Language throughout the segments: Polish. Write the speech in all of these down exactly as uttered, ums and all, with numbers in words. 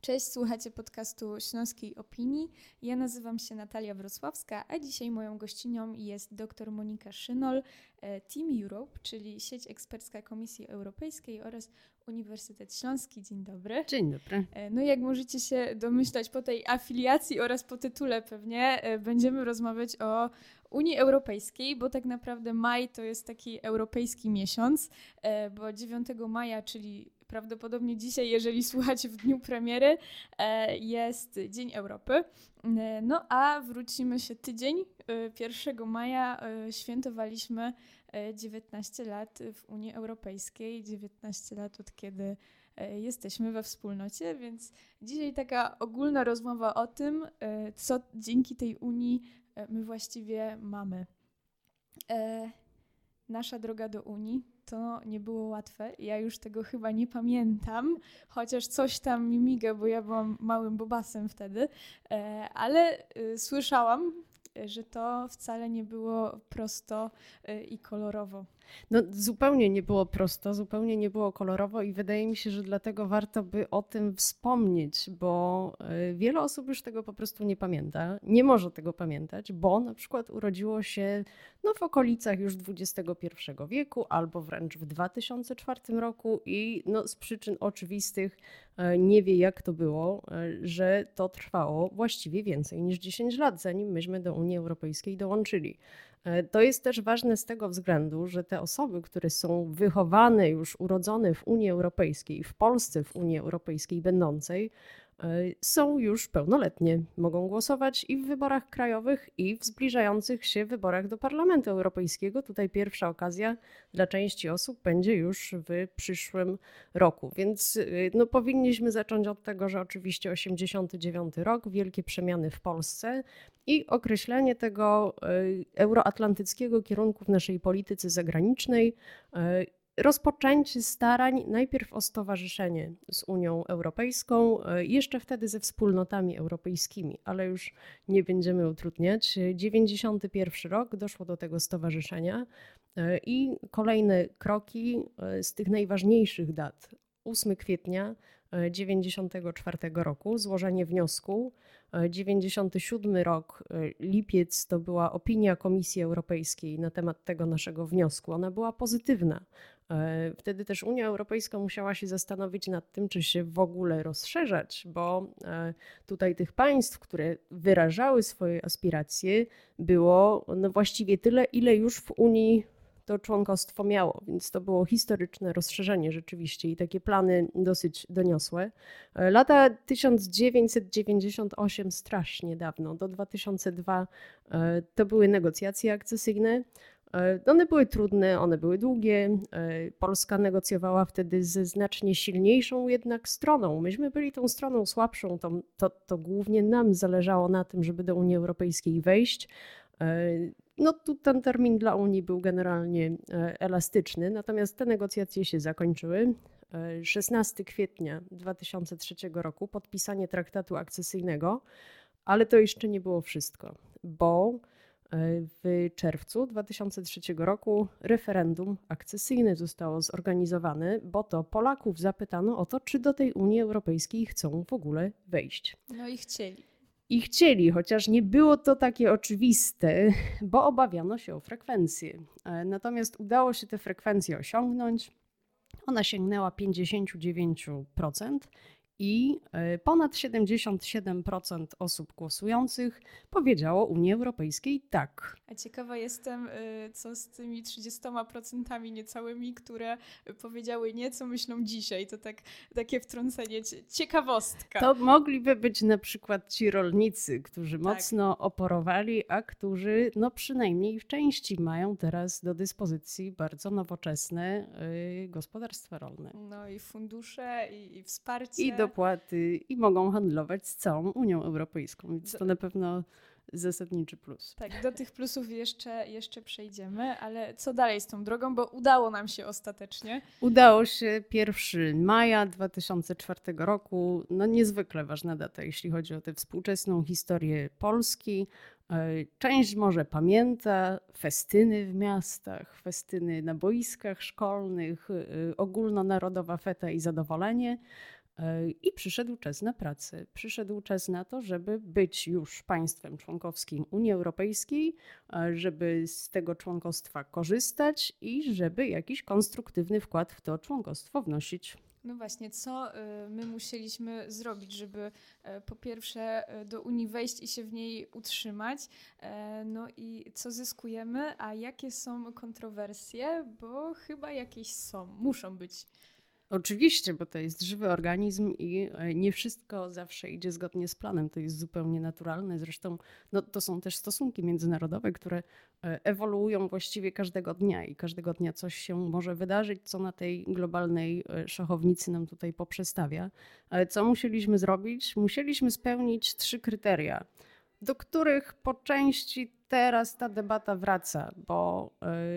Cześć, słuchacie podcastu Śląskiej Opinii. Ja nazywam się Natalia Wrocławska, a dzisiaj moją gościnią jest dr Monika Szynol, Team Europe, czyli sieć ekspercka Komisji Europejskiej oraz Uniwersytet Śląski. Dzień dobry. Dzień dobry. No jak możecie się domyślać po tej afiliacji oraz po tytule pewnie, będziemy rozmawiać o Unii Europejskiej, bo tak naprawdę maj to jest taki europejski miesiąc, bo dziewiątego maja, czyli prawdopodobnie dzisiaj, jeżeli słuchacie w dniu premiery, jest Dzień Europy. No a wrócimy się tydzień. pierwszego maja świętowaliśmy dziewiętnaście lat w Unii Europejskiej, dziewiętnaście lat od kiedy jesteśmy we wspólnocie, więc dzisiaj taka ogólna rozmowa o tym, co dzięki tej Unii my właściwie mamy. Nasza droga do Unii to nie było łatwe. Ja już tego chyba nie pamiętam, chociaż coś tam mi miga, bo ja byłam małym bobasem wtedy, ale słyszałam, że to wcale nie było prosto i kolorowo. No zupełnie nie było prosto, zupełnie nie było kolorowo i wydaje mi się, że dlatego warto by o tym wspomnieć, bo wiele osób już tego po prostu nie pamięta, nie może tego pamiętać, bo na przykład urodziło się no, w okolicach już dwudziestego pierwszego wieku albo wręcz w dwa tysiące czwartym roku i no, z przyczyn oczywistych nie wie jak to było, że to trwało właściwie więcej niż dziesięć lat, zanim myśmy do Unii Europejskiej dołączyli. To jest też ważne z tego względu, że te osoby, które są wychowane, już urodzone w Unii Europejskiej, w Polsce w Unii Europejskiej będącej, są już pełnoletnie. Mogą głosować i w wyborach krajowych, i w zbliżających się wyborach do Parlamentu Europejskiego. Tutaj pierwsza okazja dla części osób będzie już w przyszłym roku. Więc no, powinniśmy zacząć od tego, że oczywiście osiemdziesiąty dziewiąty rok, wielkie przemiany w Polsce i określenie tego euroatlantyckiego kierunku w naszej polityce zagranicznej, rozpoczęcie starań najpierw o stowarzyszenie z Unią Europejską, jeszcze wtedy ze wspólnotami europejskimi, ale już nie będziemy utrudniać. dziewięćdziesiąty pierwszy rok doszło do tego stowarzyszenia i kolejne kroki z tych najważniejszych dat. ósmego kwietnia dziewięćdziesiątego czwartego roku złożenie wniosku. dziewięćdziesiąty siódmy rok, lipiec, to była opinia Komisji Europejskiej na temat tego naszego wniosku. Ona była pozytywna. Wtedy też Unia Europejska musiała się zastanowić nad tym, czy się w ogóle rozszerzać, bo tutaj tych państw, które wyrażały swoje aspiracje, było no właściwie tyle, ile już w Unii to członkostwo miało, więc to było historyczne rozszerzenie rzeczywiście i takie plany dosyć doniosłe. Lata tysiąc dziewięćset dziewięćdziesiąt osiem, strasznie dawno, do dwa tysiące drugiego to były negocjacje akcesyjne. One były trudne, one były długie. Polska negocjowała wtedy ze znacznie silniejszą jednak stroną. Myśmy byli tą stroną słabszą, to, to, to głównie nam zależało na tym, żeby do Unii Europejskiej wejść. No tu ten termin dla Unii był generalnie elastyczny, natomiast te negocjacje się zakończyły. szesnastego kwietnia dwa tysiące trzeciego roku podpisanie traktatu akcesyjnego, ale to jeszcze nie było wszystko, bo w czerwcu dwa tysiące trzeciego roku referendum akcesyjne zostało zorganizowane, bo to Polaków zapytano o to, czy do tej Unii Europejskiej chcą w ogóle wejść. No i chcieli. I chcieli, chociaż nie było to takie oczywiste, bo obawiano się o frekwencję. Natomiast udało się tę frekwencję osiągnąć. Ona sięgnęła pięćdziesiąt dziewięć procent i ponad siedemdziesiąt siedem procent osób głosujących powiedziało Unii Europejskiej tak. A ciekawa jestem, co z tymi trzydziestoma procentami niecałymi, które powiedziały nie, co myślą dzisiaj. To tak, takie wtrącenie, ciekawostka. To mogliby być na przykład ci rolnicy, którzy tak. mocno oporowali, a którzy no przynajmniej w części mają teraz do dyspozycji bardzo nowoczesne y, gospodarstwa rolne. No i fundusze, i, i wsparcie. I dopłaty, i mogą handlować z całą Unią Europejską, więc to na pewno zasadniczy plus. Tak, do tych plusów jeszcze, jeszcze przejdziemy, ale co dalej z tą drogą, bo udało nam się ostatecznie. Udało się pierwszego maja dwa tysiące czwartego roku, no niezwykle ważna data, jeśli chodzi o tę współczesną historię Polski. Część może pamięta festyny w miastach, festyny na boiskach szkolnych, ogólnonarodowa feta i zadowolenie. I przyszedł czas na pracę. Przyszedł czas na to, żeby być już państwem członkowskim Unii Europejskiej, żeby z tego członkostwa korzystać i żeby jakiś konstruktywny wkład w to członkostwo wnosić. No właśnie, co my musieliśmy zrobić, żeby po pierwsze do Unii wejść i się w niej utrzymać, no i co zyskujemy, a jakie są kontrowersje, bo chyba jakieś są, muszą być. Oczywiście, bo to jest żywy organizm i nie wszystko zawsze idzie zgodnie z planem. To jest zupełnie naturalne. Zresztą no, to są też stosunki międzynarodowe, które ewoluują właściwie każdego dnia i każdego dnia coś się może wydarzyć, co na tej globalnej szachownicy nam tutaj poprzestawia. Ale co musieliśmy zrobić? Musieliśmy spełnić trzy kryteria, do których po części teraz ta debata wraca, bo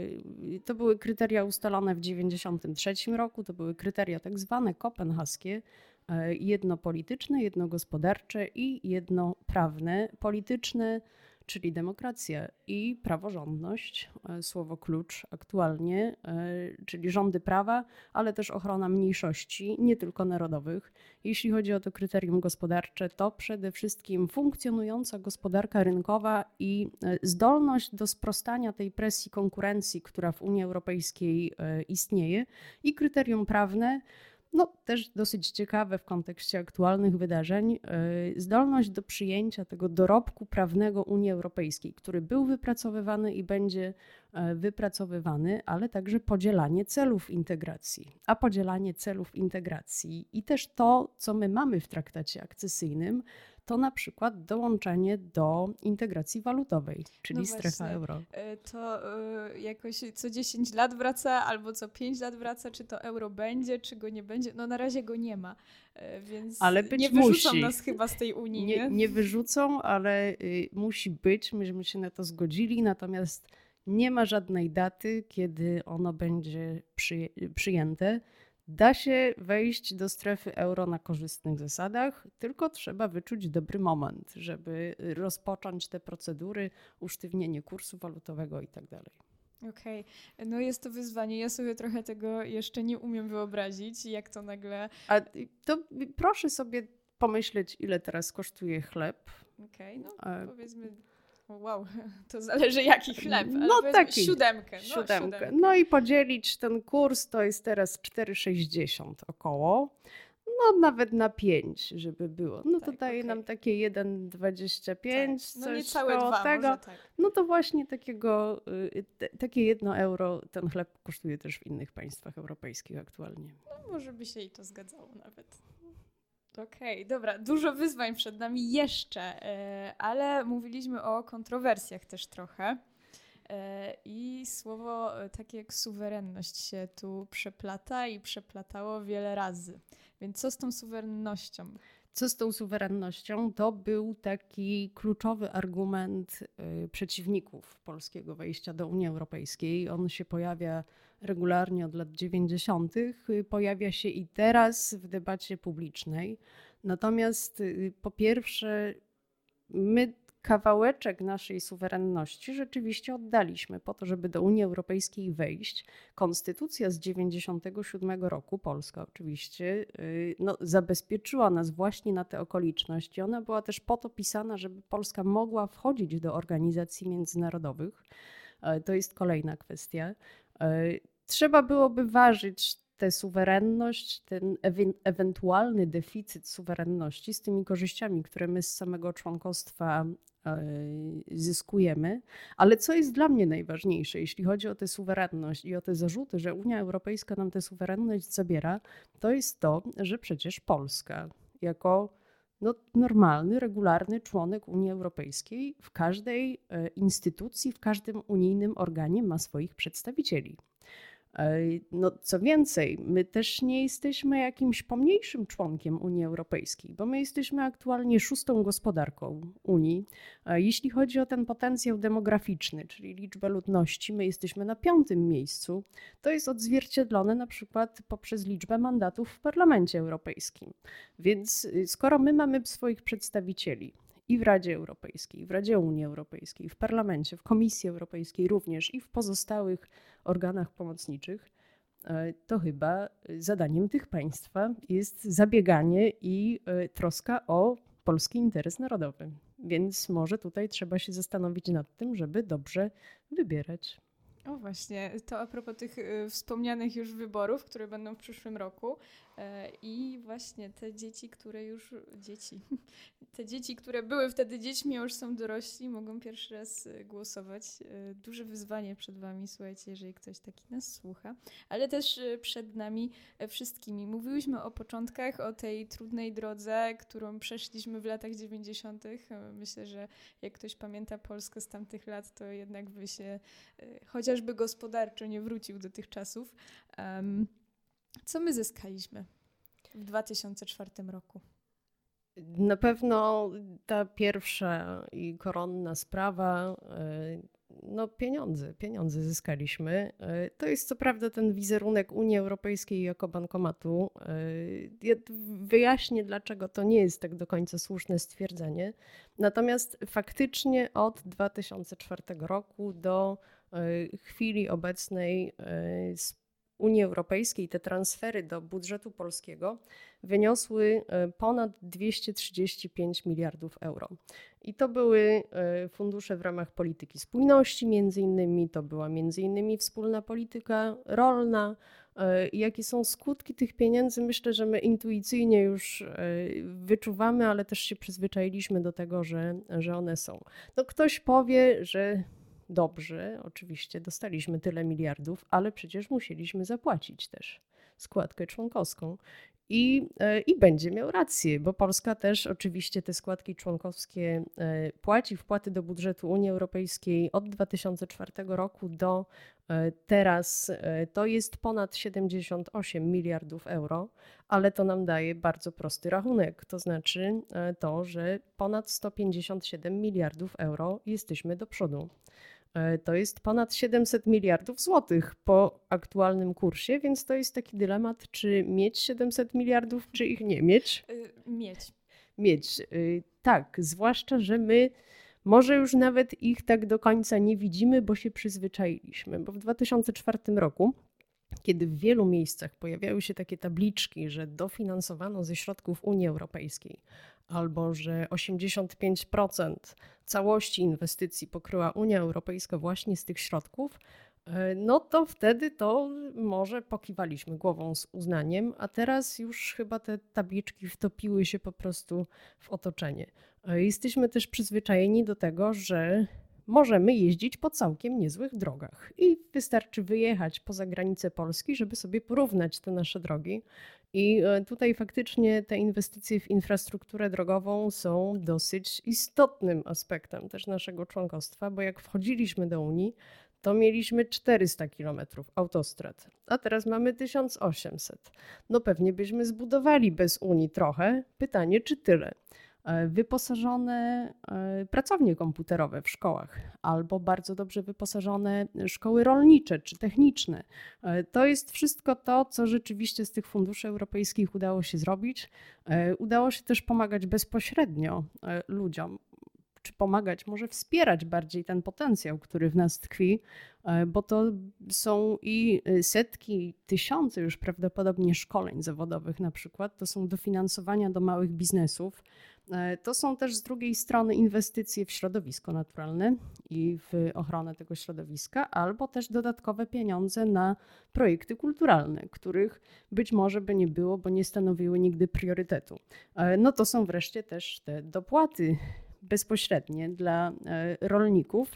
to były kryteria ustalone w dziewięćdziesiątym trzecim roku, to były kryteria tak zwane kopenhaskie, jedno polityczne, jedno gospodarcze i jedno prawne. Polityczne, czyli demokracja i praworządność, słowo klucz aktualnie, czyli rządy prawa, ale też ochrona mniejszości, nie tylko narodowych. Jeśli chodzi o to kryterium gospodarcze, to przede wszystkim funkcjonująca gospodarka rynkowa i zdolność do sprostania tej presji konkurencji, która w Unii Europejskiej istnieje, i kryterium prawne, no też dosyć ciekawe w kontekście aktualnych wydarzeń, zdolność do przyjęcia tego dorobku prawnego Unii Europejskiej, który był wypracowywany i będzie wypracowywany, ale także podzielanie celów integracji. A podzielanie celów integracji i też to, co my mamy w traktacie akcesyjnym, to na przykład dołączenie do integracji walutowej, czyli no strefa euro. To jakoś co dziesięć lat wraca albo co pięć lat wraca, czy to euro będzie, czy go nie będzie. No na razie go nie ma, więc ale być nie wyrzucą musi. nas chyba z tej Unii. Nie, nie? nie wyrzucą, ale y, musi być. Myśmy się na to zgodzili, natomiast nie ma żadnej daty, kiedy ono będzie przy, przyjęte. Da się wejść do strefy euro na korzystnych zasadach, tylko trzeba wyczuć dobry moment, żeby rozpocząć te procedury, usztywnienie kursu walutowego i tak dalej. Okej, okay. No jest to wyzwanie. Ja sobie trochę tego jeszcze nie umiem wyobrazić, jak to nagle... A to proszę sobie pomyśleć, ile teraz kosztuje chleb. Okej, okay, no A... powiedzmy... Wow, to zależy jaki chleb, ale no taki, siódemkę. No, siódemkę. siódemkę. No i podzielić ten kurs, to jest teraz cztery sześćdziesiąt około. No nawet na pięć, żeby było. No to tak, daje okay. nam takie jeden dwadzieścia pięć, tak. No niecałe dwa, tego. Może tak. No to właśnie takiego, te, takie jedno euro ten chleb kosztuje też w innych państwach europejskich aktualnie. No może by się i to zgadzało nawet. Okej, okay, dobra, dużo wyzwań przed nami jeszcze, ale mówiliśmy o kontrowersjach też trochę i słowo takie jak suwerenność się tu przeplata i przeplatało wiele razy. Więc co z tą suwerennością? Co z tą suwerennością? To był taki kluczowy argument przeciwników polskiego wejścia do Unii Europejskiej. On się pojawia regularnie od lat dziewięćdziesiątych. Pojawia się i teraz w debacie publicznej. Natomiast po pierwsze, my kawałeczek naszej suwerenności rzeczywiście oddaliśmy po to, żeby do Unii Europejskiej wejść. Konstytucja z dziewięćdziesiątego siódmego roku, polska oczywiście, no, zabezpieczyła nas właśnie na te okoliczności. Ona była też po to pisana, żeby Polska mogła wchodzić do organizacji międzynarodowych. To jest kolejna kwestia. Trzeba byłoby ważyć tę suwerenność, ten ewe- ewentualny deficyt suwerenności z tymi korzyściami, które my z samego członkostwa zyskujemy. Ale co jest dla mnie najważniejsze, jeśli chodzi o tę suwerenność i o te zarzuty, że Unia Europejska nam tę suwerenność zabiera, to jest to, że przecież Polska jako no, normalny, regularny członek Unii Europejskiej w każdej instytucji, w każdym unijnym organie ma swoich przedstawicieli. No, co więcej, my też nie jesteśmy jakimś pomniejszym członkiem Unii Europejskiej, bo my jesteśmy aktualnie szóstą gospodarką Unii. Jeśli chodzi o ten potencjał demograficzny, czyli liczbę ludności, my jesteśmy na piątym miejscu. To jest odzwierciedlone na przykład poprzez liczbę mandatów w Parlamencie Europejskim. Więc skoro my mamy swoich przedstawicieli i w Radzie Europejskiej, w Radzie Unii Europejskiej, w Parlamencie, w Komisji Europejskiej również i w pozostałych organach pomocniczych, to chyba zadaniem tych państwa jest zabieganie i troska o polski interes narodowy. Więc może tutaj trzeba się zastanowić nad tym, żeby dobrze wybierać. O właśnie, to a propos tych y, wspomnianych już wyborów, które będą w przyszłym roku y, i właśnie te dzieci, które już, dzieci, te dzieci, które były wtedy dziećmi, a już są dorośli, mogą pierwszy raz y, głosować. Y, duże wyzwanie przed wami, słuchajcie, jeżeli ktoś taki nas słucha, ale też y, przed nami y, wszystkimi. Mówiłyśmy o początkach, o tej trudnej drodze, którą przeszliśmy w latach dziewięćdziesiątych. Y, myślę, że jak ktoś pamięta Polskę z tamtych lat, to jednak by się y, chociaż chociażby gospodarczo nie wrócił do tych czasów. Um, co my zyskaliśmy w dwa tysiące czwartym roku? Na pewno ta pierwsza i koronna sprawa, no pieniądze, pieniądze zyskaliśmy. To jest co prawda ten wizerunek Unii Europejskiej jako bankomatu. Ja wyjaśnię, dlaczego to nie jest tak do końca słuszne stwierdzenie. Natomiast faktycznie od dwa tysiące czwartego roku do chwili obecnej z Unii Europejskiej te transfery do budżetu polskiego wyniosły ponad dwieście trzydzieści pięć miliardów euro. I to były fundusze w ramach polityki spójności między innymi, to była między innymi wspólna polityka rolna. Jakie są skutki tych pieniędzy? Myślę, że my intuicyjnie już wyczuwamy, ale też się przyzwyczailiśmy do tego, że, że one są. No ktoś powie, że dobrze, oczywiście dostaliśmy tyle miliardów, ale przecież musieliśmy zapłacić też składkę członkowską. I, I będzie miał rację, bo Polska też oczywiście te składki członkowskie płaci, wpłaty do budżetu Unii Europejskiej od dwa tysiące czwartego roku do teraz to jest ponad siedemdziesiąt osiem miliardów euro, ale to nam daje bardzo prosty rachunek, to znaczy to, że ponad sto pięćdziesiąt siedem miliardów euro jesteśmy do przodu. To jest ponad siedemset miliardów złotych po aktualnym kursie, więc to jest taki dylemat, czy mieć siedemset miliardów, czy ich nie mieć. Mieć. Mieć, tak, zwłaszcza, że my może już nawet ich tak do końca nie widzimy, bo się przyzwyczailiśmy, bo w dwa tysiące czwartym roku, kiedy w wielu miejscach pojawiały się takie tabliczki, że dofinansowano ze środków Unii Europejskiej, albo że osiemdziesiąt pięć procent całości inwestycji pokryła Unia Europejska właśnie z tych środków, no to wtedy to może pokiwaliśmy głową z uznaniem, a teraz już chyba te tabliczki wtopiły się po prostu w otoczenie. Jesteśmy też przyzwyczajeni do tego, że możemy jeździć po całkiem niezłych drogach i wystarczy wyjechać poza granicę Polski, żeby sobie porównać te nasze drogi. I tutaj faktycznie te inwestycje w infrastrukturę drogową są dosyć istotnym aspektem też naszego członkostwa, bo jak wchodziliśmy do Unii, to mieliśmy czterysta kilometrów autostrad, a teraz mamy tysiąc osiemset. No pewnie byśmy zbudowali bez Unii trochę. Pytanie, czy tyle? Wyposażone pracownie komputerowe w szkołach albo bardzo dobrze wyposażone szkoły rolnicze czy techniczne. To jest wszystko to, co rzeczywiście z tych funduszy europejskich udało się zrobić. Udało się też pomagać bezpośrednio ludziom, czy pomagać, może wspierać bardziej ten potencjał, który w nas tkwi, bo to są i setki, tysiące już prawdopodobnie szkoleń zawodowych na przykład, to są dofinansowania do małych biznesów. To są też z drugiej strony inwestycje w środowisko naturalne i w ochronę tego środowiska, albo też dodatkowe pieniądze na projekty kulturalne, których być może by nie było, bo nie stanowiły nigdy priorytetu. No to są wreszcie też te dopłaty bezpośrednie dla rolników,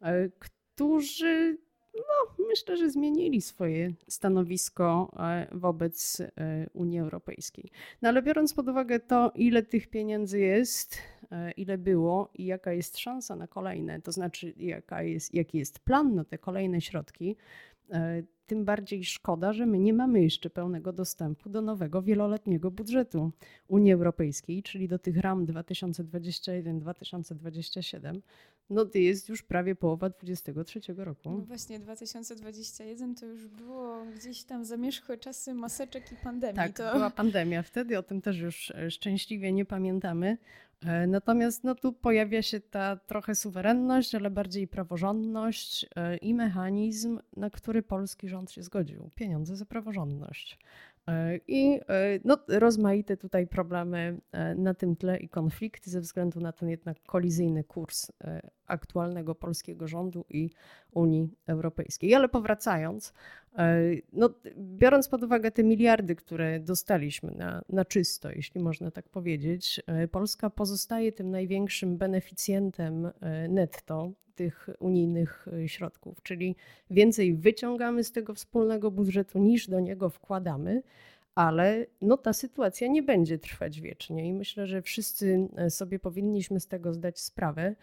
którzy no, myślę, że zmienili swoje stanowisko wobec Unii Europejskiej. No ale biorąc pod uwagę to, ile tych pieniędzy jest, ile było i jaka jest szansa na kolejne, to znaczy jaka jest, jaki jest plan na te kolejne środki, tym bardziej szkoda, że my nie mamy jeszcze pełnego dostępu do nowego wieloletniego budżetu Unii Europejskiej, czyli do tych ram dwa tysiące dwudziesty pierwszy do dwa tysiące dwudziestego siódmego. No to jest już prawie połowa dwudziestego trzeciego roku. No właśnie, dwa tysiące dwudziesty pierwszy to już było gdzieś tam zamierzchłe czasy maseczek i pandemii. Tak, to... była pandemia wtedy, o tym też już szczęśliwie nie pamiętamy. Natomiast no, tu pojawia się ta trochę suwerenność, ale bardziej praworządność i mechanizm, na który polski rząd rząd się zgodził. Pieniądze za praworządność. I no, rozmaite tutaj problemy na tym tle i konflikty ze względu na ten jednak kolizyjny kurs aktualnego polskiego rządu i Unii Europejskiej. Ale powracając, no, biorąc pod uwagę te miliardy, które dostaliśmy na, na czysto, jeśli można tak powiedzieć, Polska pozostaje tym największym beneficjentem netto tych unijnych środków, czyli więcej wyciągamy z tego wspólnego budżetu niż do niego wkładamy, ale no, ta sytuacja nie będzie trwać wiecznie i myślę, że wszyscy sobie powinniśmy z tego zdać sprawę.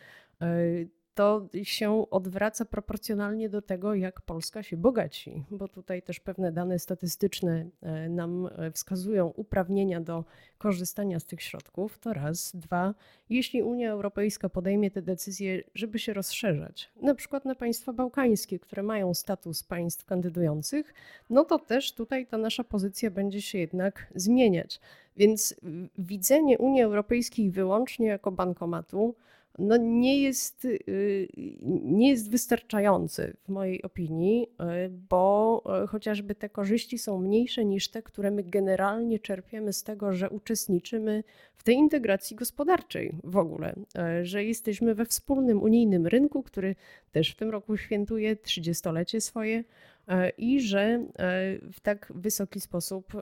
To się odwraca proporcjonalnie do tego, jak Polska się bogaci, bo tutaj też pewne dane statystyczne nam wskazują uprawnienia do korzystania z tych środków. To raz. Dwa, jeśli Unia Europejska podejmie te decyzje, żeby się rozszerzać, na przykład na państwa bałkańskie, które mają status państw kandydujących, no to też tutaj ta nasza pozycja będzie się jednak zmieniać. Więc widzenie Unii Europejskiej wyłącznie jako bankomatu no nie jest, nie jest wystarczający w mojej opinii, bo chociażby te korzyści są mniejsze niż te, które my generalnie czerpiemy z tego, że uczestniczymy w tej integracji gospodarczej w ogóle, że jesteśmy we wspólnym unijnym rynku, który też w tym roku świętuje trzydziestolecie swoje i że w tak wysoki sposób,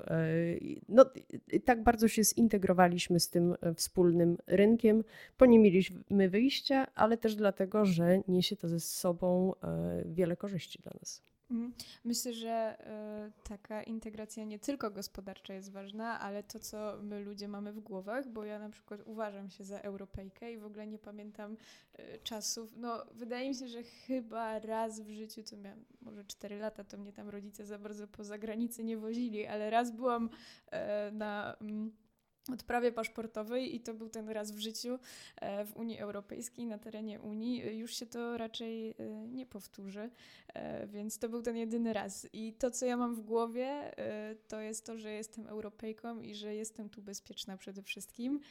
no tak bardzo się zintegrowaliśmy z tym wspólnym rynkiem, bo nie mieliśmy wyjścia, ale też dlatego, że niesie to ze sobą wiele korzyści dla nas. Myślę, że y, taka integracja nie tylko gospodarcza jest ważna, ale to, co my ludzie mamy w głowach, bo ja na przykład uważam się za Europejkę i w ogóle nie pamiętam y, czasów, no wydaje mi się, że chyba raz w życiu, to miałam może cztery lata, to mnie tam rodzice za bardzo poza granicę nie wozili, ale raz byłam y, na... Y, odprawie paszportowej i to był ten raz w życiu w Unii Europejskiej, na terenie Unii. Już się to raczej nie powtórzy, więc to był ten jedyny raz. I to, co ja mam w głowie, to jest to, że jestem Europejką i że jestem tu bezpieczna przede wszystkim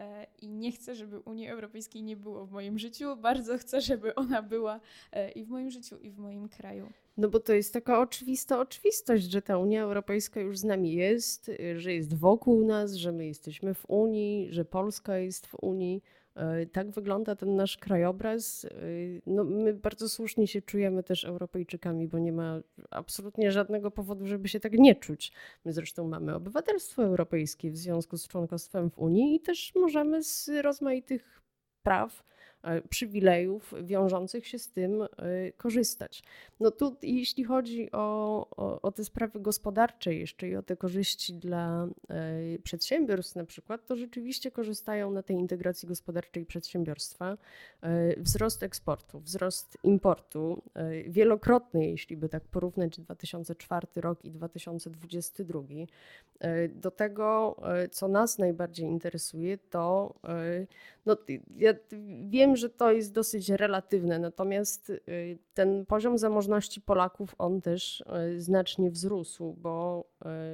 i nie chcę, żeby Unii Europejskiej nie było w moim życiu. Bardzo chcę, żeby ona była i w moim życiu, i w moim kraju. No bo to jest taka oczywista oczywistość, że ta Unia Europejska już z nami jest, że jest wokół nas, że my jesteśmy w Unii, że Polska jest w Unii. Tak wygląda ten nasz krajobraz. No my bardzo słusznie się czujemy też Europejczykami, bo nie ma absolutnie żadnego powodu, żeby się tak nie czuć. My zresztą mamy obywatelstwo europejskie w związku z członkostwem w Unii i też możemy z rozmaitych praw, przywilejów wiążących się z tym korzystać. No tu jeśli chodzi o, o, o te sprawy gospodarcze jeszcze i o te korzyści dla przedsiębiorstw na przykład, to rzeczywiście korzystają na tej integracji gospodarczej przedsiębiorstwa. Wzrost eksportu, wzrost importu, wielokrotny, jeśli by tak porównać dwa tysiące czwarty rok i dwa tysiące dwudziesty drugi. Do tego, co nas najbardziej interesuje, to no, ja wiem, że to jest dosyć relatywne, natomiast ten poziom zamożności Polaków, on też znacznie wzrósł, bo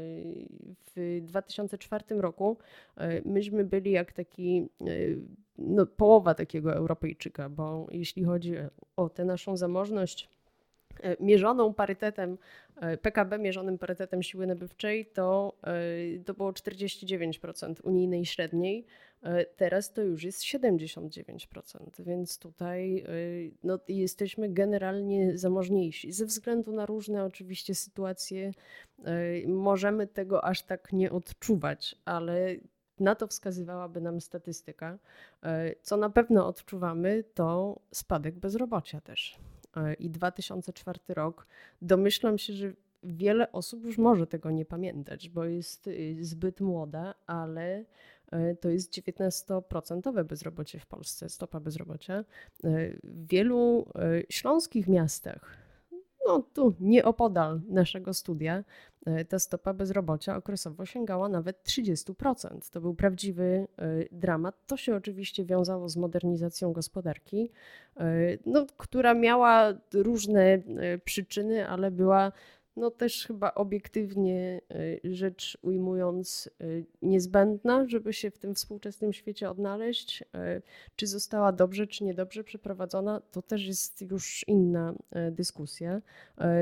w dwa tysiące czwartym roku myśmy byli jak taki, no, połowa takiego Europejczyka, bo jeśli chodzi o tę naszą zamożność mierzoną parytetem, P K B mierzonym parytetem siły nabywczej, to, to było czterdzieści dziewięć procent unijnej średniej. Teraz to już jest siedemdziesiąt dziewięć procent, więc tutaj no, jesteśmy generalnie zamożniejsi. Ze względu na różne oczywiście sytuacje możemy tego aż tak nie odczuwać, ale na to wskazywałaby nam statystyka. Co na pewno odczuwamy, to spadek bezrobocia też. I dwa tysiące czwarty rok, domyślam się, że wiele osób już może tego nie pamiętać, bo jest zbyt młoda, ale to jest dziewiętnastoprocentowe bezrobocie w Polsce, stopa bezrobocia. W wielu śląskich miastach, no tu nieopodal naszego studia, ta stopa bezrobocia okresowo sięgała nawet trzydzieści procent. To był prawdziwy dramat. To się oczywiście wiązało z modernizacją gospodarki, no, która miała różne przyczyny, ale była no też chyba obiektywnie rzecz ujmując niezbędna, żeby się w tym współczesnym świecie odnaleźć. Czy została dobrze, czy niedobrze przeprowadzona, to też jest już inna dyskusja.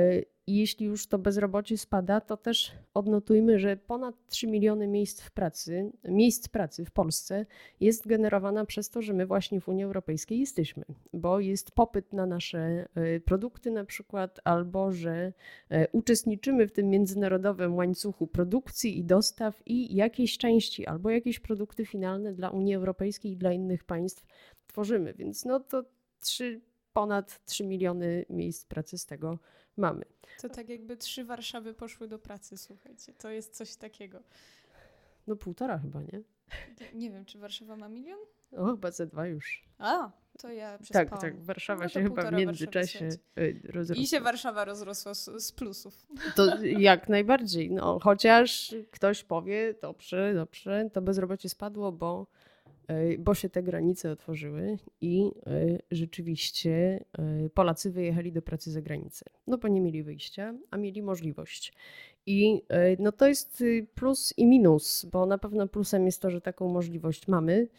I jeśli już to bezrobocie spada, to też odnotujmy, że ponad trzy miliony miejsc w pracy, miejsc pracy w Polsce jest generowana przez to, że my właśnie w Unii Europejskiej jesteśmy, bo jest popyt na nasze produkty na przykład, albo że uczestniczymy w tym międzynarodowym łańcuchu produkcji i dostaw i jakieś części albo jakieś produkty finalne dla Unii Europejskiej i dla innych państw tworzymy, więc no to trzy, ponad trzy miliony miejsc pracy z tego mamy. To tak jakby trzy Warszawy poszły do pracy, słuchajcie. To jest coś takiego. No półtora chyba, nie? Nie wiem, czy Warszawa ma milion? O, chyba ze dwa już. A, to ja przespałam. Tak, tak. Warszawa no się chyba w międzyczasie rozrosła. I się Warszawa rozrosła z, z plusów. To jak najbardziej. No, chociaż ktoś powie, dobrze, dobrze, to bezrobocie spadło, bo bo się te granice otworzyły i rzeczywiście Polacy wyjechali do pracy za granicę. No bo nie mieli wyjścia, a mieli możliwość. I no to jest plus i minus, bo na pewno plusem jest to, że taką możliwość mamy.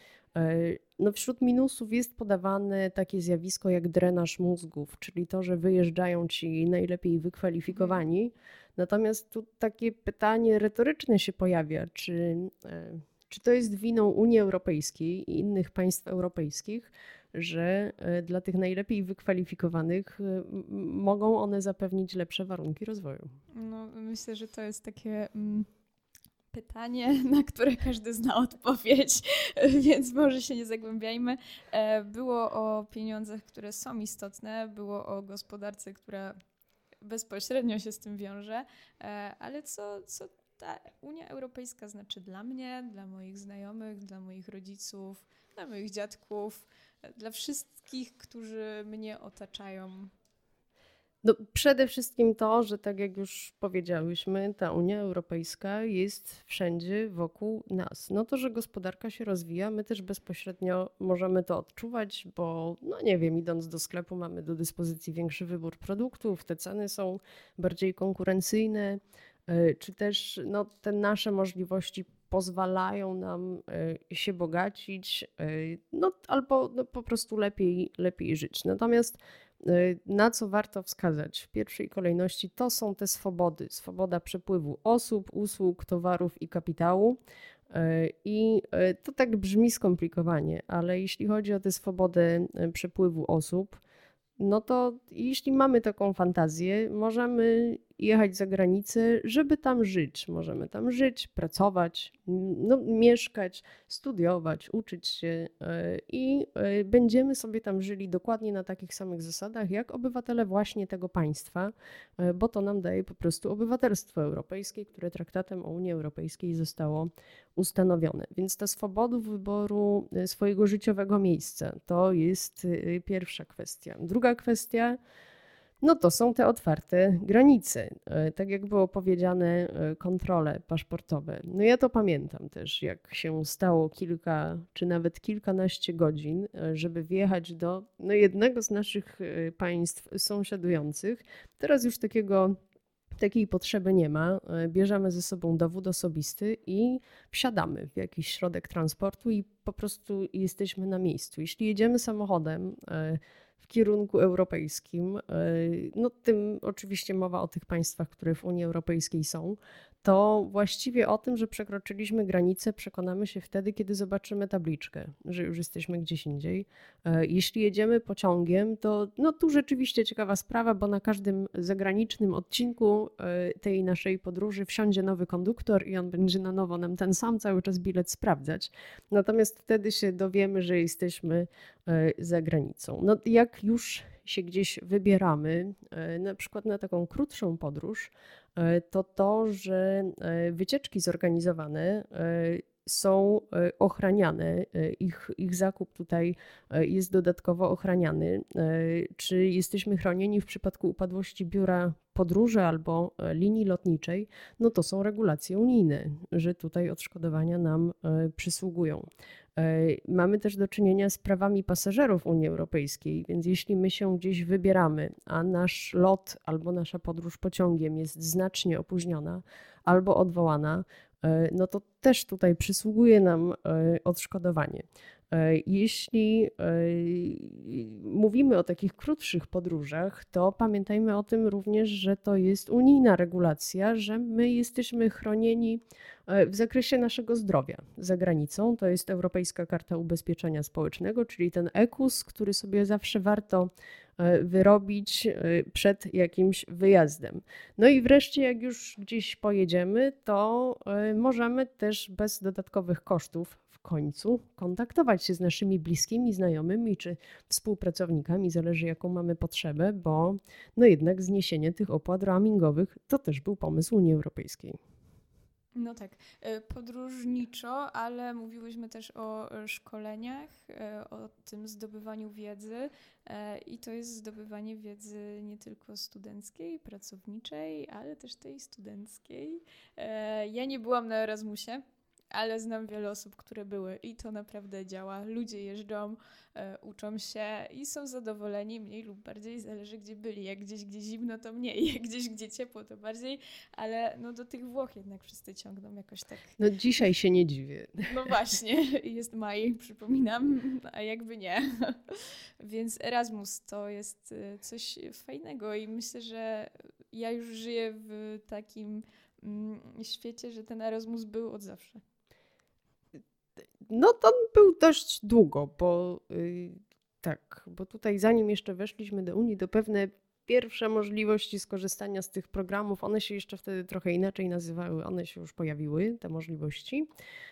No wśród minusów jest podawane takie zjawisko jak drenaż mózgów, czyli to, że wyjeżdżają ci najlepiej wykwalifikowani. Natomiast tu takie pytanie retoryczne się pojawia, czy... Czy to jest winą Unii Europejskiej i innych państw europejskich, że dla tych najlepiej wykwalifikowanych mogą one zapewnić lepsze warunki rozwoju? No, myślę, że to jest takie mm, pytanie, na które każdy zna odpowiedź, więc może się nie zagłębiajmy. Było o pieniądzach, które są istotne, było o gospodarce, która bezpośrednio się z tym wiąże, ale co, co ta Unia Europejska znaczy dla mnie, dla moich znajomych, dla moich rodziców, dla moich dziadków, dla wszystkich, którzy mnie otaczają? No, przede wszystkim to, że tak jak już powiedziałyśmy, ta Unia Europejska jest wszędzie wokół nas. No to, że gospodarka się rozwija, my też bezpośrednio możemy to odczuwać, bo no nie wiem, idąc do sklepu mamy do dyspozycji większy wybór produktów, te ceny są bardziej konkurencyjne, czy też no, te nasze możliwości pozwalają nam się bogacić, no, albo no, po prostu lepiej, lepiej żyć. Natomiast na co warto wskazać w pierwszej kolejności, to są te swobody. Swoboda przepływu osób, usług, towarów i kapitału. I to tak brzmi skomplikowanie, ale jeśli chodzi o tę swobodę przepływu osób, no to jeśli mamy taką fantazję, możemy jechać za granicę, żeby tam żyć. Możemy tam żyć, pracować, no, mieszkać, studiować, uczyć się i będziemy sobie tam żyli dokładnie na takich samych zasadach jak obywatele właśnie tego państwa, bo to nam daje po prostu obywatelstwo europejskie, które traktatem o Unii Europejskiej zostało ustanowione. Więc ta swoboda wyboru swojego życiowego miejsca to jest pierwsza kwestia. Druga kwestia, no to są te otwarte granice. Tak jak było powiedziane, kontrole paszportowe. No ja to pamiętam też, jak się stało kilka czy nawet kilkanaście godzin, żeby wjechać do no, jednego z naszych państw sąsiadujących. Teraz już takiego Takiej potrzeby nie ma. Bierzemy ze sobą dowód osobisty i wsiadamy w jakiś środek transportu i po prostu jesteśmy na miejscu. Jeśli jedziemy samochodem w kierunku europejskim, no tym oczywiście mowa o tych państwach, które w Unii Europejskiej są, to właściwie o tym, że przekroczyliśmy granicę, przekonamy się wtedy, kiedy zobaczymy tabliczkę, że już jesteśmy gdzieś indziej. Jeśli jedziemy pociągiem, to no tu rzeczywiście ciekawa sprawa, bo na każdym zagranicznym odcinku tej naszej podróży wsiądzie nowy konduktor i on będzie na nowo nam ten sam cały czas bilet sprawdzać. Natomiast wtedy się dowiemy, że jesteśmy za granicą. No jak już się gdzieś wybieramy, na przykład na taką krótszą podróż, to to, że wycieczki zorganizowane są ochraniane, ich, ich zakup tutaj jest dodatkowo ochraniany. Czy jesteśmy chronieni w przypadku upadłości biura podróży albo linii lotniczej, no to są regulacje unijne, że tutaj odszkodowania nam przysługują. Mamy też do czynienia z prawami pasażerów Unii Europejskiej, więc jeśli my się gdzieś wybieramy, a nasz lot albo nasza podróż pociągiem jest znacznie opóźniona albo odwołana, no to też tutaj przysługuje nam odszkodowanie. Jeśli mówimy o takich krótszych podróżach, to pamiętajmy o tym również, że to jest unijna regulacja, że my jesteśmy chronieni w zakresie naszego zdrowia za granicą. To jest Europejska Karta Ubezpieczenia Społecznego, czyli ten E K U S, który sobie zawsze warto wyrobić przed jakimś wyjazdem. No i wreszcie, jak już gdzieś pojedziemy, to możemy też bez dodatkowych kosztów w końcu kontaktować się z naszymi bliskimi, znajomymi czy współpracownikami, zależy jaką mamy potrzebę, bo no jednak zniesienie tych opłat roamingowych to też był pomysł Unii Europejskiej. No tak, podróżniczo, ale mówiłyśmy też o szkoleniach, o tym zdobywaniu wiedzy i to jest zdobywanie wiedzy nie tylko studenckiej, pracowniczej, ale też tej studenckiej. Ja nie byłam na Erasmusie, ale znam wiele osób, które były i to naprawdę działa. Ludzie jeżdżą, e, uczą się i są zadowoleni, mniej lub bardziej, zależy gdzie byli. Jak gdzieś, gdzie zimno, to mniej, jak gdzieś, gdzie ciepło, to bardziej, ale no do tych Włoch jednak wszyscy ciągną jakoś tak. No dzisiaj się nie dziwię. No właśnie, jest maj, przypominam, a jakby nie. Więc Erasmus to jest coś fajnego i myślę, że ja już żyję w takim mm, świecie, że ten Erasmus był od zawsze. No to był dość długo, bo yy, tak, bo tutaj zanim jeszcze weszliśmy do Unii, to pewne pierwsze możliwości skorzystania z tych programów, one się jeszcze wtedy trochę inaczej nazywały, one się już pojawiły, te możliwości.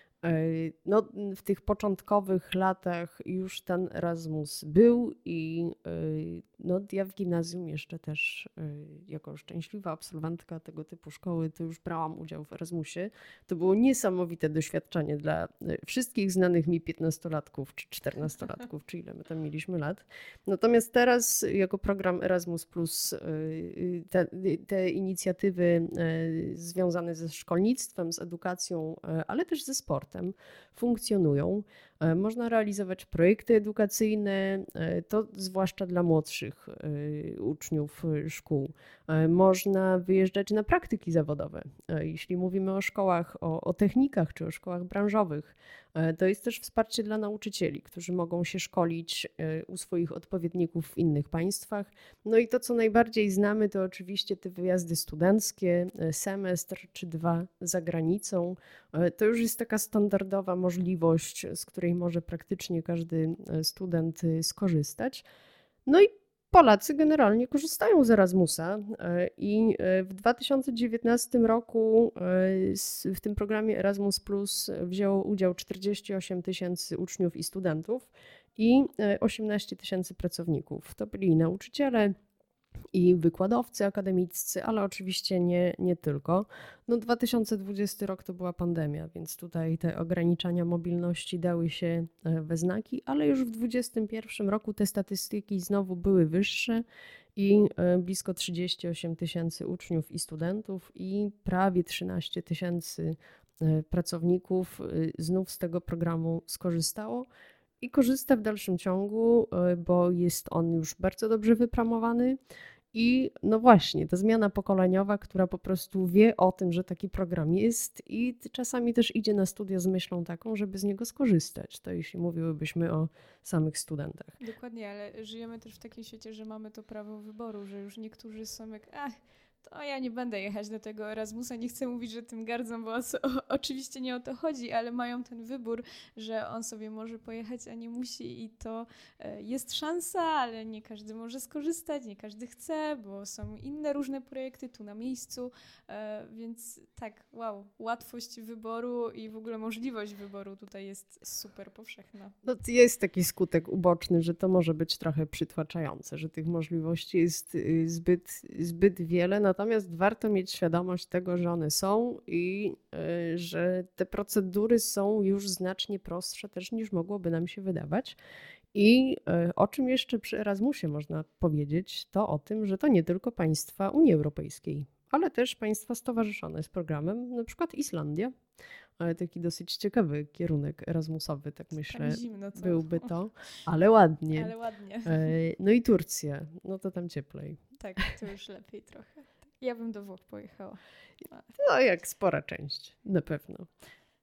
No, w tych początkowych latach już ten Erasmus był i no, ja w gimnazjum jeszcze też jako szczęśliwa absolwentka tego typu szkoły to już brałam udział w Erasmusie. To było niesamowite doświadczenie dla wszystkich znanych mi piętnastolatków czy czternastolatków, czy ile my tam mieliśmy lat. Natomiast teraz jako program Erasmus plus te, te inicjatywy związane ze szkolnictwem, z edukacją, ale też ze sportem funkcjonują. Można realizować projekty edukacyjne, to zwłaszcza dla młodszych uczniów szkół. Można wyjeżdżać na praktyki zawodowe. Jeśli mówimy o szkołach, o, o technikach czy o szkołach branżowych, to jest też wsparcie dla nauczycieli, którzy mogą się szkolić u swoich odpowiedników w innych państwach. No i to, co najbardziej znamy, to oczywiście te wyjazdy studenckie, semestr czy dwa za granicą. To już jest taka standardowa możliwość, z której może praktycznie każdy student skorzystać. No i Polacy generalnie korzystają z Erasmusa i w dwa tysiące dziewiętnastym roku w tym programie Erasmus Plus wzięło udział czterdzieści osiem tysięcy uczniów i studentów i osiemnaście tysięcy pracowników. To byli nauczyciele i wykładowcy akademiccy, ale oczywiście nie, nie tylko. No dwa tysiące dwudziesty rok to była pandemia, więc tutaj te ograniczenia mobilności dały się we znaki, ale już w dwudziestym pierwszym roku te statystyki znowu były wyższe i blisko trzydzieści osiem tysięcy uczniów i studentów i prawie trzynaście tysięcy pracowników znów z tego programu skorzystało. I korzysta w dalszym ciągu, bo jest on już bardzo dobrze wypromowany i no właśnie, ta zmiana pokoleniowa, która po prostu wie o tym, że taki program jest i czasami też idzie na studia z myślą taką, żeby z niego skorzystać. To jeśli mówiłybyśmy o samych studentach. Dokładnie, ale żyjemy też w takim świecie, że mamy to prawo wyboru, że już niektórzy są jak, ach, to ja nie będę jechać do tego Erasmusa, nie chcę mówić, że tym gardzą, bo o, oczywiście nie o to chodzi, ale mają ten wybór, że on sobie może pojechać, a nie musi i to jest szansa, ale nie każdy może skorzystać, nie każdy chce, bo są inne różne projekty tu na miejscu, więc tak, wow, łatwość wyboru i w ogóle możliwość wyboru tutaj jest super powszechna. No, jest taki skutek uboczny, że to może być trochę przytłaczające, że tych możliwości jest zbyt, zbyt wiele, natomiast warto mieć świadomość tego, że one są i y, że te procedury są już znacznie prostsze też niż mogłoby nam się wydawać. I y, o czym jeszcze przy Erasmusie można powiedzieć, to o tym, że to nie tylko państwa Unii Europejskiej, ale też państwa stowarzyszone z programem, na przykład Islandia. Ale taki dosyć ciekawy kierunek erasmusowy, tak myślę, tak zimno, co? byłby to, ale ładnie. Ale ładnie. No i Turcja, no to tam cieplej. Tak, to już lepiej trochę. Ja bym do Włoch pojechała. No jak spora część, na pewno.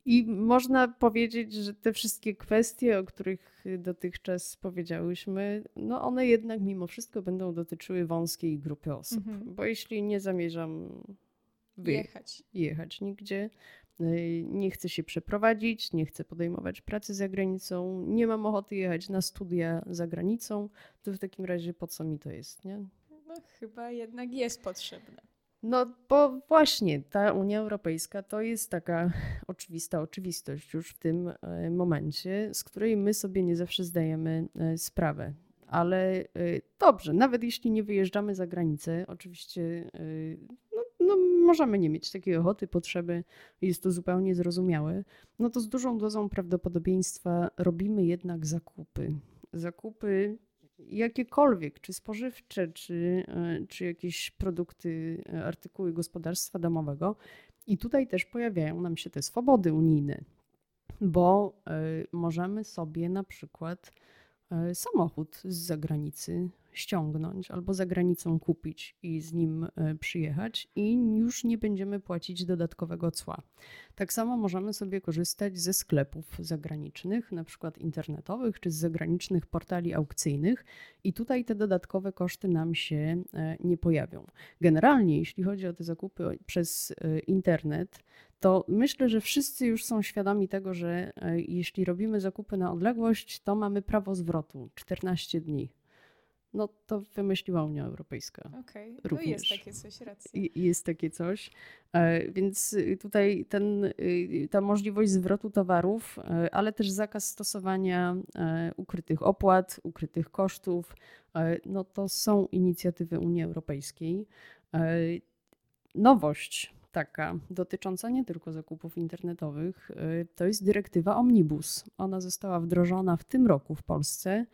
I można powiedzieć, że te wszystkie kwestie, o których dotychczas powiedziałyśmy, no one jednak mimo wszystko będą dotyczyły wąskiej grupy osób. Mhm. Bo jeśli nie zamierzam jechać. jechać nigdzie, nie chcę się przeprowadzić, nie chcę podejmować pracy za granicą, nie mam ochoty jechać na studia za granicą, to w takim razie po co mi to jest, nie? No chyba jednak jest potrzebne. No bo właśnie ta Unia Europejska to jest taka oczywista oczywistość już w tym momencie, z której my sobie nie zawsze zdajemy sprawę. Ale dobrze, nawet jeśli nie wyjeżdżamy za granicę, oczywiście no, no, możemy nie mieć takiej ochoty, potrzeby, jest to zupełnie zrozumiałe, no to z dużą dozą prawdopodobieństwa robimy jednak zakupy. Zakupy jakiekolwiek, czy spożywcze, czy, czy jakieś produkty, artykuły gospodarstwa domowego. I tutaj też pojawiają nam się te swobody unijne, bo możemy sobie na przykład samochód z zagranicy ściągnąć albo za granicą kupić i z nim przyjechać i już nie będziemy płacić dodatkowego cła. Tak samo możemy sobie korzystać ze sklepów zagranicznych, na przykład internetowych czy z zagranicznych portali aukcyjnych i tutaj te dodatkowe koszty nam się nie pojawią. Generalnie jeśli chodzi o te zakupy przez internet, to myślę, że wszyscy już są świadomi tego, że jeśli robimy zakupy na odległość, to mamy prawo zwrotu czternaście dni. No to wymyśliła Unia Europejska. Okej, okay. No jest takie coś, racja. Jest takie coś, więc tutaj ten, ta możliwość zwrotu towarów, ale też zakaz stosowania ukrytych opłat, ukrytych kosztów, no to są inicjatywy Unii Europejskiej. Nowość taka dotycząca nie tylko zakupów internetowych, to jest dyrektywa Omnibus. Ona została wdrożona w tym roku w Polsce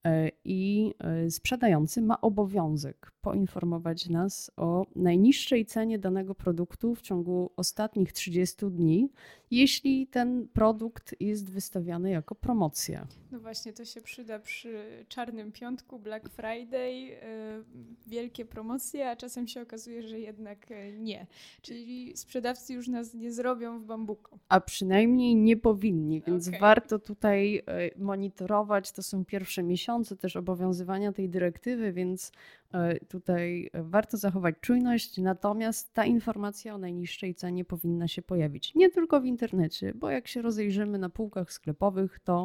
i sprzedający ma obowiązek poinformować nas o najniższej cenie danego produktu w ciągu ostatnich trzydziestu dni, jeśli ten produkt jest wystawiany jako promocja. No właśnie, to się przyda przy Czarnym Piątku, Black Friday, yy, wielkie promocje, a czasem się okazuje, że jednak nie. Czyli sprzedawcy już nas nie zrobią w bambuko. A przynajmniej nie powinni, więc okay. Warto tutaj monitorować. To są pierwsze miesiące też obowiązywania tej dyrektywy, więc tutaj warto zachować czujność, natomiast ta informacja o najniższej cenie powinna się pojawić. Nie tylko w internecie, bo jak się rozejrzymy na półkach sklepowych, to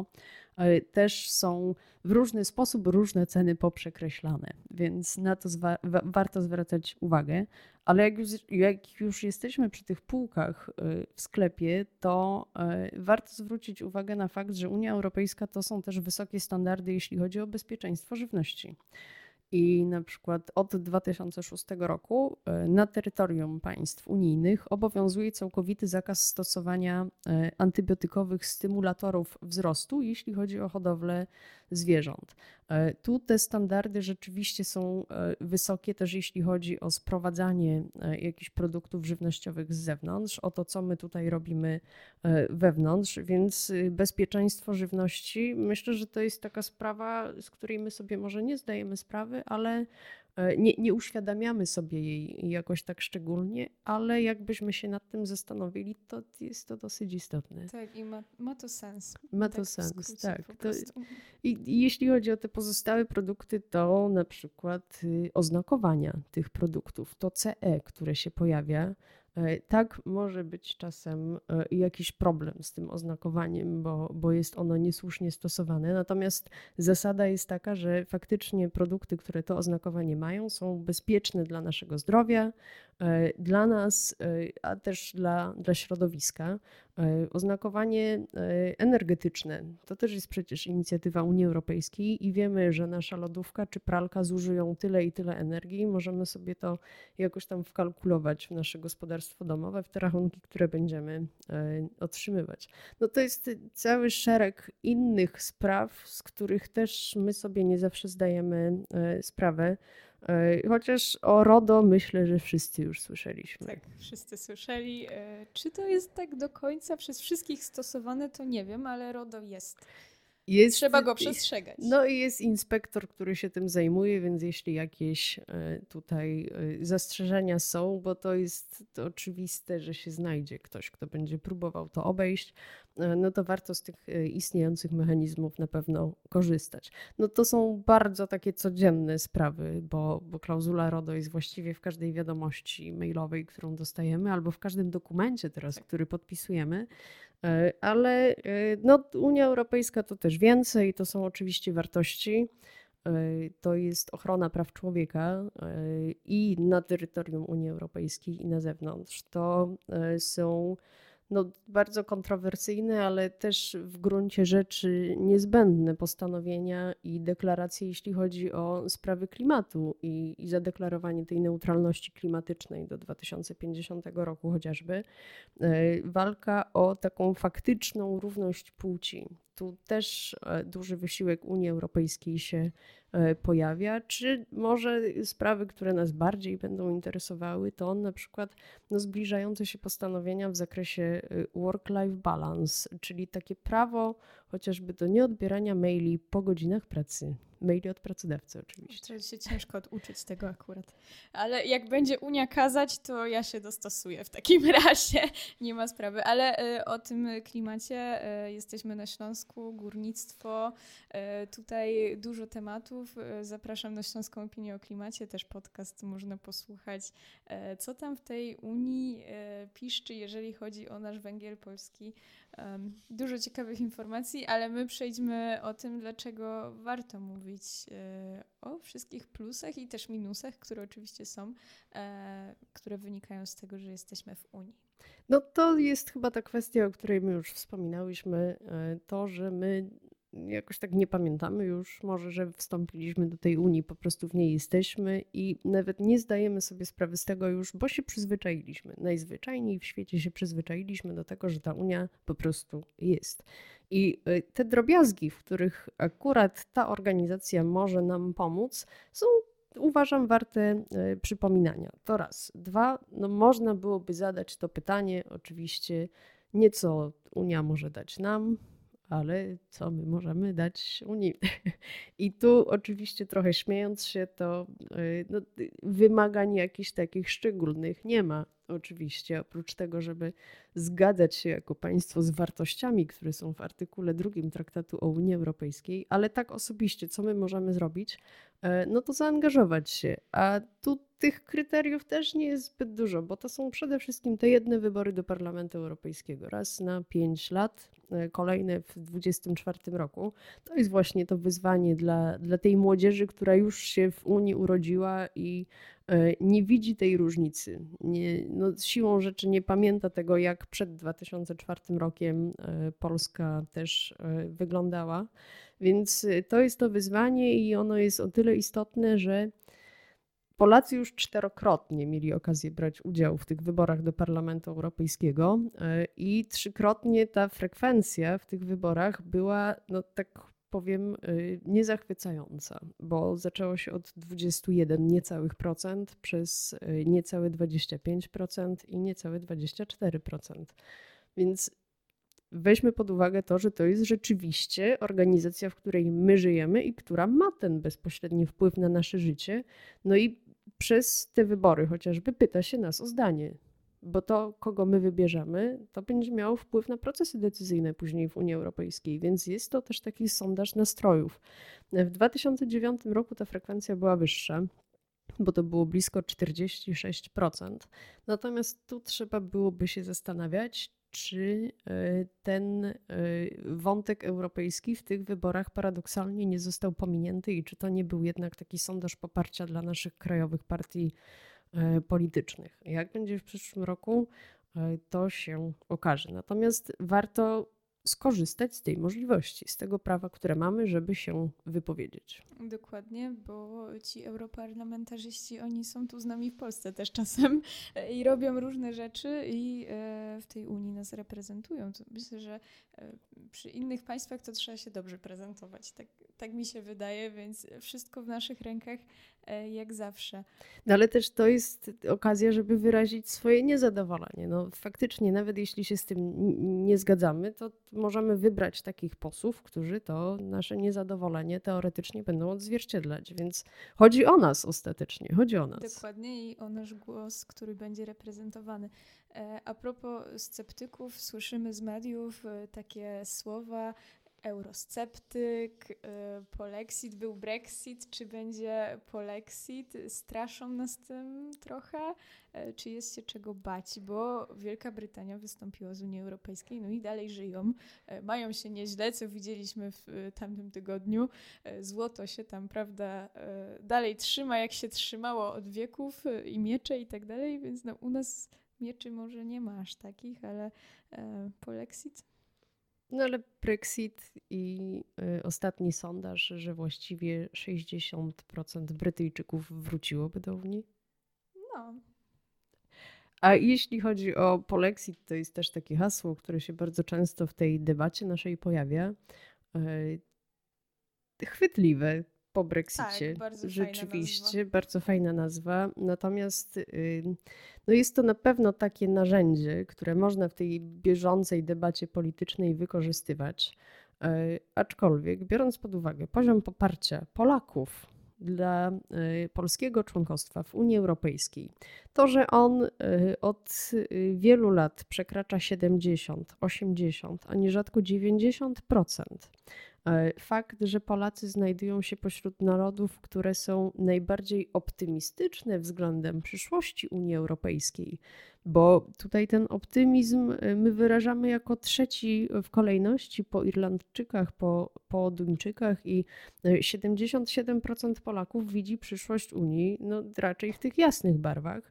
też są w różny sposób różne ceny poprzekreślane, więc na to zwa- warto zwracać uwagę. Ale jak już, jak już jesteśmy przy tych półkach w sklepie, to warto zwrócić uwagę na fakt, że Unia Europejska to są też wysokie standardy, jeśli chodzi o bezpieczeństwo żywności. I na przykład od dwa tysiące szóstego roku na terytorium państw unijnych obowiązuje całkowity zakaz stosowania antybiotykowych stymulatorów wzrostu, jeśli chodzi o hodowlę zwierząt. Tu te standardy rzeczywiście są wysokie też jeśli chodzi o sprowadzanie jakichś produktów żywnościowych z zewnątrz, o to co my tutaj robimy wewnątrz, więc bezpieczeństwo żywności, myślę, że to jest taka sprawa, z której my sobie może nie zdajemy sprawy, ale nie, nie uświadamiamy sobie jej jakoś tak szczególnie, ale jakbyśmy się nad tym zastanowili, to jest to dosyć istotne. Tak, i ma, ma to sens. Ma to tak sens, tak. To, i, I jeśli chodzi o te pozostałe produkty, to na przykład oznakowania tych produktów, to C E, które się pojawia, tak, może być czasem jakiś problem z tym oznakowaniem, bo, bo jest ono niesłusznie stosowane. Natomiast zasada jest taka, że faktycznie produkty, które to oznakowanie mają, są bezpieczne dla naszego zdrowia, dla nas, a też dla, dla środowiska. Oznakowanie energetyczne to też jest przecież inicjatywa Unii Europejskiej i wiemy, że nasza lodówka czy pralka zużyją tyle i tyle energii. Możemy sobie to jakoś tam wkalkulować w nasze gospodarstwo domowe, w te rachunki, które będziemy otrzymywać. No to jest cały szereg innych spraw, z których też my sobie nie zawsze zdajemy sprawę. Chociaż o RODO myślę, że wszyscy już słyszeliśmy. Tak, wszyscy słyszeli. Czy to jest tak do końca przez wszystkich stosowane, to nie wiem, ale RODO jest. jest, trzeba go przestrzegać. No i jest inspektor, który się tym zajmuje, więc jeśli jakieś tutaj zastrzeżenia są, bo to jest to oczywiste, że się znajdzie ktoś, kto będzie próbował to obejść, no to warto z tych istniejących mechanizmów na pewno korzystać. No to są bardzo takie codzienne sprawy, bo, bo klauzula RODO jest właściwie w każdej wiadomości mailowej, którą dostajemy, albo w każdym dokumencie teraz, który podpisujemy. Ale no, Unia Europejska to też więcej, to są oczywiście wartości, to jest ochrona praw człowieka i na terytorium Unii Europejskiej i na zewnątrz. To są no, bardzo kontrowersyjne, ale też w gruncie rzeczy niezbędne postanowienia i deklaracje, jeśli chodzi o sprawy klimatu i, i zadeklarowanie tej neutralności klimatycznej do dwa tysiące pięćdziesiątego roku chociażby. Walka o taką faktyczną równość płci. Tu też duży wysiłek Unii Europejskiej się pojawia, czy może sprawy, które nas bardziej będą interesowały, to na przykład no, zbliżające się postanowienia w zakresie work-life balance, czyli takie prawo chociażby do nieodbierania maili po godzinach pracy. Maili od pracodawcy oczywiście. To się ciężko oduczyć tego akurat. Ale jak będzie Unia kazać, to ja się dostosuję w takim razie. Nie ma sprawy. Ale y, o tym klimacie y, jesteśmy na Śląsku, górnictwo. Y, tutaj dużo tematów. Y, zapraszam na Śląską Opinię o Klimacie. Też podcast można posłuchać. Y, co tam w tej Unii y, piszczy, jeżeli chodzi o nasz węgiel polski. Um, dużo ciekawych informacji, ale my przejdźmy o tym, dlaczego warto mówić e, o wszystkich plusach i też minusach, które oczywiście są, e, które wynikają z tego, że jesteśmy w Unii. No to jest chyba ta kwestia, o której my już wspominałyśmy, to, że my jakoś tak nie pamiętamy już może, że wstąpiliśmy do tej Unii, po prostu w niej jesteśmy i nawet nie zdajemy sobie sprawy z tego już, bo się przyzwyczailiśmy. Najzwyczajniej w świecie się przyzwyczailiśmy do tego, że ta Unia po prostu jest. I te drobiazgi, w których akurat ta organizacja może nam pomóc, są, uważam, warte przypominania. To raz. Dwa, no można byłoby zadać to pytanie, oczywiście nie co Unia może dać nam, ale co my możemy dać Unii. I tu oczywiście trochę śmiejąc się, to no, wymagań jakichś takich szczególnych nie ma. Oczywiście, oprócz tego, żeby zgadzać się jako państwo z wartościami, które są w artykule drugim Traktatu o Unii Europejskiej, ale tak osobiście, co my możemy zrobić, no to zaangażować się. A tu tych kryteriów też nie jest zbyt dużo, bo to są przede wszystkim te jedne wybory do Parlamentu Europejskiego. Raz na pięć lat, kolejne w dwudziestym czwartym roku. To jest właśnie to wyzwanie dla, dla tej młodzieży, która już się w Unii urodziła i nie widzi tej różnicy. Nie, no, siłą rzeczy nie pamięta tego, jak przed dwa tysiące czwartym rokiem Polska też wyglądała. Więc to jest to wyzwanie i ono jest o tyle istotne, że Polacy już czterokrotnie mieli okazję brać udział w tych wyborach do Parlamentu Europejskiego i trzykrotnie ta frekwencja w tych wyborach była, no tak powiem, niezachwycająca, bo zaczęło się od dwudziestu jeden niecałych procent przez niecałe dwadzieścia pięć procent i niecałe dwadzieścia cztery procent. Więc weźmy pod uwagę to, że to jest rzeczywiście organizacja, w której my żyjemy i która ma ten bezpośredni wpływ na nasze życie. No i przez te wybory chociażby pyta się nas o zdanie, bo to, kogo my wybierzemy, to będzie miało wpływ na procesy decyzyjne później w Unii Europejskiej, więc jest to też taki sondaż nastrojów. W dwa tysiące dziewiątym roku ta frekwencja była wyższa, bo to było blisko czterdzieści sześć procent. Natomiast tu trzeba byłoby się zastanawiać, czy ten wątek europejski w tych wyborach paradoksalnie nie został pominięty i czy to nie był jednak taki sondaż poparcia dla naszych krajowych partii politycznych. Jak będzie w przyszłym roku, to się okaże. Natomiast warto skorzystać z tej możliwości, z tego prawa, które mamy, żeby się wypowiedzieć. Dokładnie, bo ci europarlamentarzyści, oni są tu z nami w Polsce też czasem i robią różne rzeczy i w tej Unii nas reprezentują. To myślę, że przy innych państwach to trzeba się dobrze prezentować. Tak, Tak mi się wydaje, więc wszystko w naszych rękach jak zawsze. No ale też to jest okazja, żeby wyrazić swoje niezadowolenie. No faktycznie, nawet jeśli się z tym nie zgadzamy, to możemy wybrać takich posłów, którzy to nasze niezadowolenie teoretycznie będą odzwierciedlać. Więc chodzi o nas ostatecznie, chodzi o nas. Dokładnie i o nasz głos, który będzie reprezentowany. A propos sceptyków, słyszymy z mediów takie słowa: eurosceptyk, polexit, był Brexit, czy będzie polexit? Straszą nas tym trochę. Czy jest się czego bać? Bo Wielka Brytania wystąpiła z Unii Europejskiej, no i dalej żyją. Mają się nieźle, co widzieliśmy w tamtym tygodniu. Złoto się tam, prawda, dalej trzyma, jak się trzymało od wieków i miecze i tak dalej, więc no, u nas mieczy może nie ma aż takich, ale polexit. No ale Brexit i y, ostatni sondaż, że właściwie sześćdziesiąt procent Brytyjczyków wróciłoby do Unii. No. A jeśli chodzi o polexit, to jest też takie hasło, które się bardzo często w tej debacie naszej pojawia. Y, chwytliwe po Brexicie. Tak, bardzo rzeczywiście, fajna nazwa. bardzo fajna nazwa. Natomiast y, no jest to na pewno takie narzędzie, które można w tej bieżącej debacie politycznej wykorzystywać. Y, aczkolwiek, biorąc pod uwagę poziom poparcia Polaków dla y, polskiego członkostwa w Unii Europejskiej, to, że on y, od y, wielu lat przekracza siedemdziesiąt, osiemdziesiąt, a nierzadko dziewięćdziesiąt procent. Fakt, że Polacy znajdują się pośród narodów, które są najbardziej optymistyczne względem przyszłości Unii Europejskiej, bo tutaj ten optymizm my wyrażamy jako trzeci w kolejności po Irlandczykach, po, po Duńczykach i siedemdziesiąt siedem procent Polaków widzi przyszłość Unii no, raczej w tych jasnych barwach.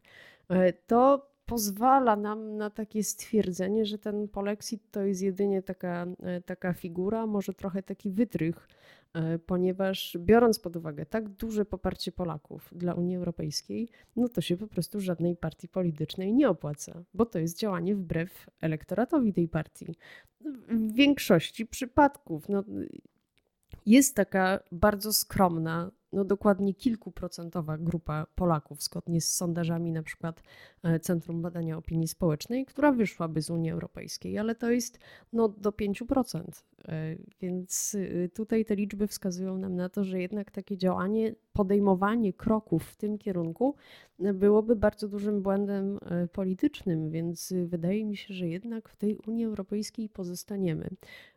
To pozwala nam na takie stwierdzenie, że ten polexit to jest jedynie taka, taka figura, może trochę taki wytrych, ponieważ biorąc pod uwagę tak duże poparcie Polaków dla Unii Europejskiej, no to się po prostu żadnej partii politycznej nie opłaca, bo to jest działanie wbrew elektoratowi tej partii. W większości przypadków no, jest taka bardzo skromna, no dokładnie kilkuprocentowa grupa Polaków, zgodnie z sondażami na przykład Centrum Badania Opinii Społecznej, która wyszłaby z Unii Europejskiej, ale to jest no, do pięć procent. Więc tutaj te liczby wskazują nam na to, że jednak takie działanie, podejmowanie kroków w tym kierunku byłoby bardzo dużym błędem politycznym, więc wydaje mi się, że jednak w tej Unii Europejskiej pozostaniemy.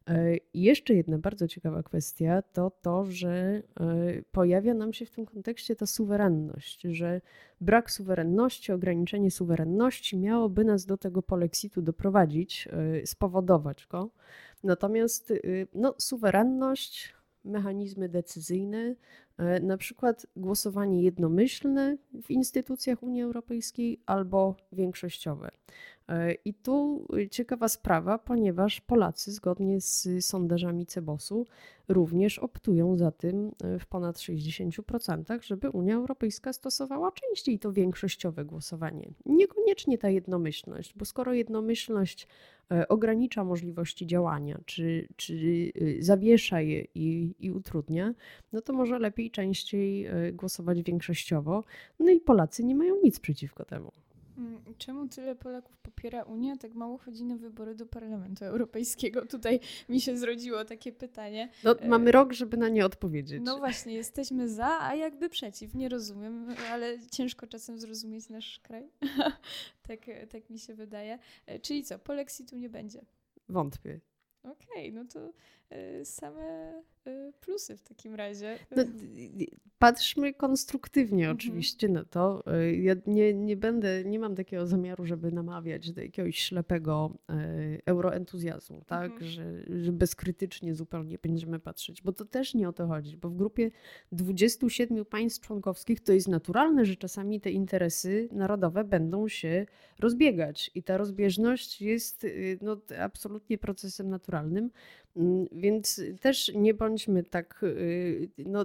I jeszcze jedna bardzo ciekawa kwestia to to, że pojawia nam się w tym kontekście ta suwerenność, że brak suwerenności, ograniczenie suwerenności miałoby nas do tego polexitu doprowadzić, spowodować go. Natomiast no, suwerenność, mechanizmy decyzyjne, na przykład głosowanie jednomyślne w instytucjach Unii Europejskiej albo większościowe. I tu ciekawa sprawa, ponieważ Polacy zgodnie z sondażami Cebosu również optują za tym w ponad sześćdziesiąt procent, żeby Unia Europejska stosowała częściej to większościowe głosowanie. Niekoniecznie ta jednomyślność, bo skoro jednomyślność ogranicza możliwości działania, czy, czy zawiesza je i, i utrudnia, no to może lepiej częściej głosować większościowo. No i Polacy nie mają nic przeciwko temu. Czemu tyle Polaków popiera Unię, a tak mało chodzi na wybory do Parlamentu Europejskiego? Tutaj mi się zrodziło takie pytanie. No, mamy rok, żeby na nie odpowiedzieć. No właśnie, jesteśmy za, a jakby przeciw. Nie rozumiem, ale ciężko czasem zrozumieć nasz kraj. tak, tak mi się wydaje. Czyli co, polexitu nie będzie? Wątpię. Okej, okay, no to y, same y, plusy w takim razie. No, patrzmy konstruktywnie Mhm. oczywiście na to. Ja nie, nie będę, nie mam takiego zamiaru, żeby namawiać do jakiegoś ślepego euroentuzjazmu, tak? Mhm. Że, że bezkrytycznie zupełnie będziemy patrzeć, bo to też nie o to chodzi, bo w grupie dwudziestu siedmiu państw członkowskich to jest naturalne, że czasami te interesy narodowe będą się rozbiegać i ta rozbieżność jest no, absolutnie procesem naturalnym, więc też nie bądźmy tak no,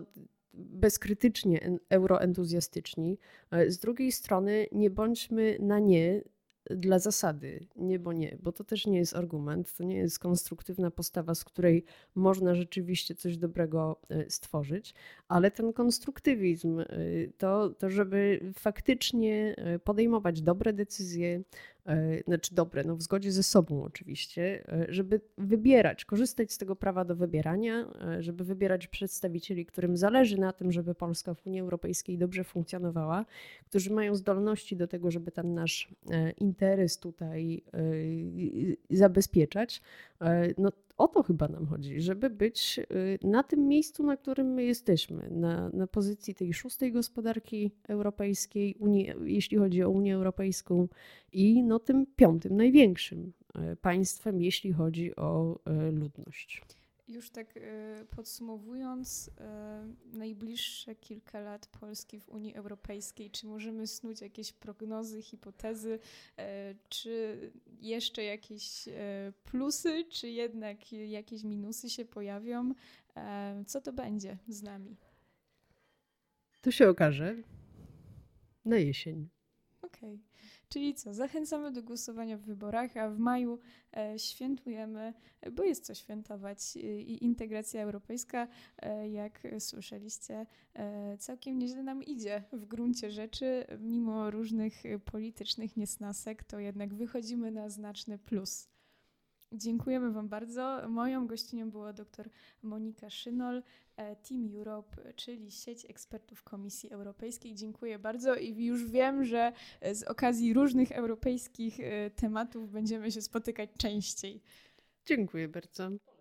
bezkrytycznie euroentuzjastyczni. Z drugiej strony nie bądźmy na nie dla zasady, nie bo nie, bo to też nie jest argument, to nie jest konstruktywna postawa, z której można rzeczywiście coś dobrego stworzyć, ale ten konstruktywizm, to, to żeby faktycznie podejmować dobre decyzje, znaczy dobre, no w zgodzie ze sobą oczywiście, żeby wybierać, korzystać z tego prawa do wybierania, żeby wybierać przedstawicieli, którym zależy na tym, żeby Polska w Unii Europejskiej dobrze funkcjonowała, którzy mają zdolności do tego, żeby ten nasz interes tutaj zabezpieczać. No o to chyba nam chodzi, żeby być na tym miejscu, na którym my jesteśmy, na, na pozycji tej szóstej gospodarki europejskiej, Unii, jeśli chodzi o Unię Europejską, i no tym piątym największym państwem, jeśli chodzi o ludność. Już tak podsumowując, najbliższe kilka lat Polski w Unii Europejskiej, czy możemy snuć jakieś prognozy, hipotezy, czy jeszcze jakieś plusy, czy jednak jakieś minusy się pojawią? Co to będzie z nami? To się okaże na jesień. Okej. Okay. Czyli co, zachęcamy do głosowania w wyborach, a w maju e, świętujemy, bo jest co świętować i integracja europejska, e, jak słyszeliście, e, całkiem nieźle nam idzie w gruncie rzeczy. Mimo różnych politycznych niesnasek, to jednak wychodzimy na znaczny plus. Dziękujemy Wam bardzo. Moją gościnią była dr Monika Szynol, Team Europe, czyli sieć ekspertów Komisji Europejskiej. Dziękuję bardzo i już wiem, że z okazji różnych europejskich tematów będziemy się spotykać częściej. Dziękuję bardzo.